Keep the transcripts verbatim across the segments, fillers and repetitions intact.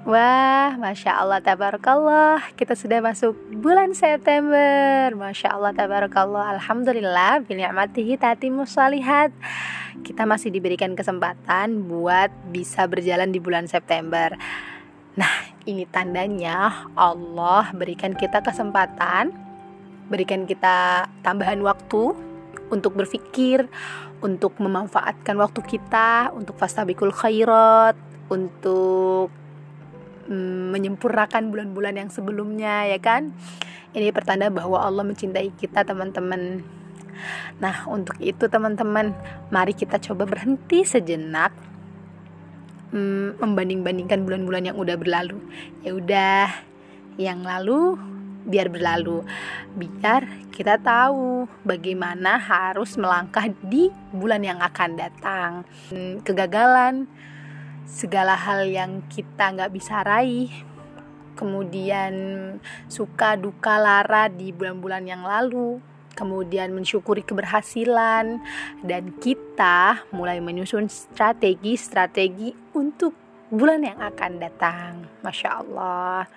Wah, Masya Allah, Tabarakallah. Kita sudah masuk bulan September. Masya Allah, Tabarakallah. Alhamdulillah, bini'matihi tatimmus shalihat. Kita masih diberikan kesempatan buat bisa berjalan di bulan September. Nah, ini tandanya Allah berikan kita kesempatan, berikan kita tambahan waktu untuk berpikir, untuk memanfaatkan waktu kita, untuk fastabiqul khairat, untuk menyempurnakan bulan-bulan yang sebelumnya, ya kan? Ini pertanda bahwa Allah mencintai kita, teman-teman. Nah, untuk itu teman-teman, mari kita coba berhenti sejenak, hmm, membanding-bandingkan bulan-bulan yang udah berlalu. Ya udah, yang lalu biar berlalu, biar kita tahu bagaimana harus melangkah di bulan yang akan datang. Kegagalan, segala hal yang kita gak bisa raih, kemudian suka duka lara di bulan-bulan yang lalu, kemudian mensyukuri keberhasilan, dan kita mulai menyusun strategi-strategi untuk bulan yang akan datang. Masya Allah.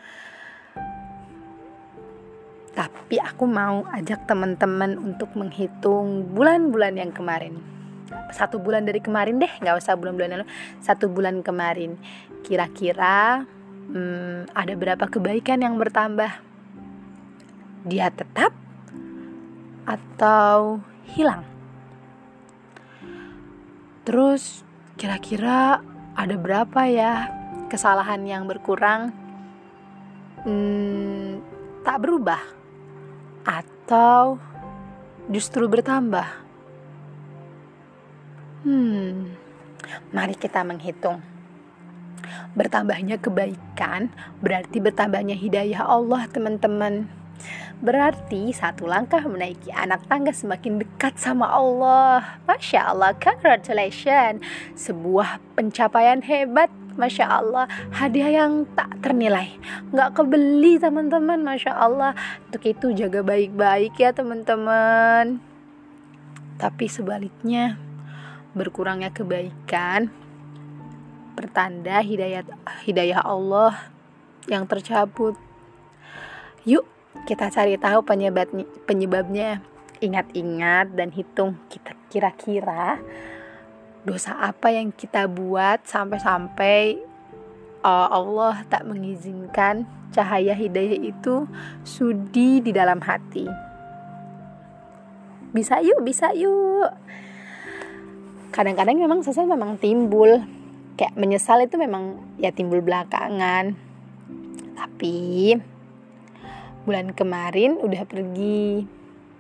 Tapi aku mau ajak teman-teman untuk menghitung bulan-bulan yang kemarin. Satu bulan dari kemarin deh, gak usah bulan-bulan lalu. Satu bulan kemarin, kira-kira hmm, ada berapa kebaikan yang bertambah? Dia tetap atau hilang? Terus kira-kira ada berapa ya kesalahan yang berkurang, hmm, tak berubah, atau justru bertambah? Hmm, mari kita menghitung. Bertambahnya kebaikan berarti bertambahnya hidayah Allah, teman-teman. Berarti satu langkah menaiki anak tangga semakin dekat sama Allah. Masya Allah, congratulations. Sebuah pencapaian hebat, Masya Allah. Hadiah yang tak ternilai, gak kebeli, teman-teman. Masya Allah. Untuk itu jaga baik-baik ya, teman-teman. Tapi sebaliknya, berkurangnya kebaikan pertanda hidayah hidayah Allah yang tercabut. Yuk kita cari tahu penyebab penyebabnya. Ingat-ingat dan hitung, kita kira-kira dosa apa yang kita buat sampai-sampai uh, Allah tak mengizinkan cahaya hidayah itu sudi di dalam hati. Bisa yuk, bisa yuk. Kadang-kadang memang sesal memang timbul, kayak menyesal itu memang ya timbul belakangan. Tapi bulan kemarin udah pergi.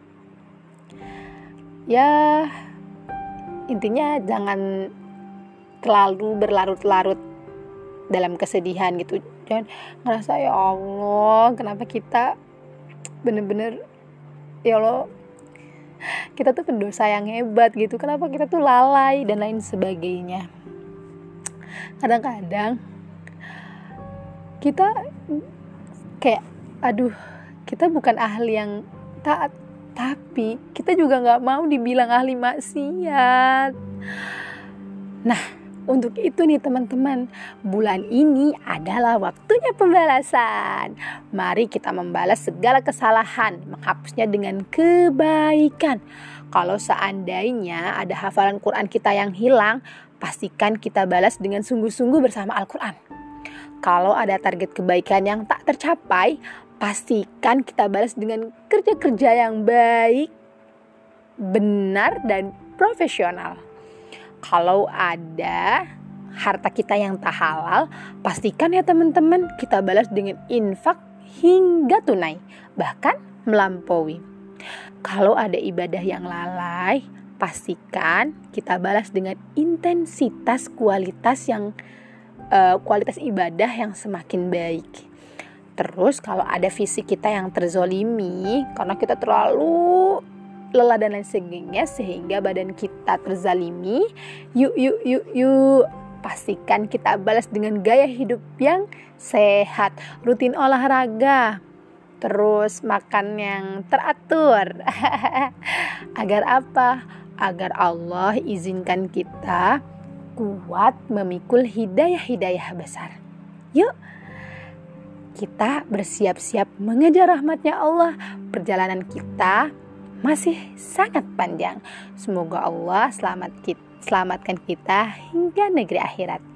Ya intinya jangan terlalu berlarut-larut dalam kesedihan gitu. Jangan ngerasa ya Allah, kenapa kita bener-bener, ya Allah, kita tuh pendosa yang hebat gitu, kenapa kita tuh lalai dan lain sebagainya. Kadang-kadang kita kayak aduh, kita bukan ahli yang taat, tapi kita juga gak mau dibilang ahli maksiat. Nah, untuk itu nih teman-teman, bulan ini adalah waktunya pembalasan. Mari kita membalas segala kesalahan, menghapusnya dengan kebaikan. Kalau seandainya ada hafalan Quran kita yang hilang, pastikan kita balas dengan sungguh-sungguh bersama Al-Quran. Kalau ada target kebaikan yang tak tercapai, pastikan kita balas dengan kerja-kerja yang baik, benar, dan profesional. Kalau ada harta kita yang tak halal, pastikan ya teman-teman, kita balas dengan infak hingga tunai, bahkan melampaui. Kalau ada ibadah yang lalai, pastikan kita balas dengan intensitas kualitas yang uh, kualitas ibadah yang semakin baik. Terus kalau ada fisik kita yang terzolimi karena kita terlalu lelah dan lain sebagainya sehingga badan kita terzalimi, yuk yuk yuk yuk pastikan kita balas dengan gaya hidup yang sehat, rutin olahraga, terus makan yang teratur. Agar apa? Agar Allah izinkan kita kuat memikul hidayah-hidayah besar. Yuk, kita bersiap-siap mengejar rahmatnya Allah. Perjalanan kita masih sangat panjang. Semoga Allah selamat kita, selamatkan kita hingga negeri akhirat.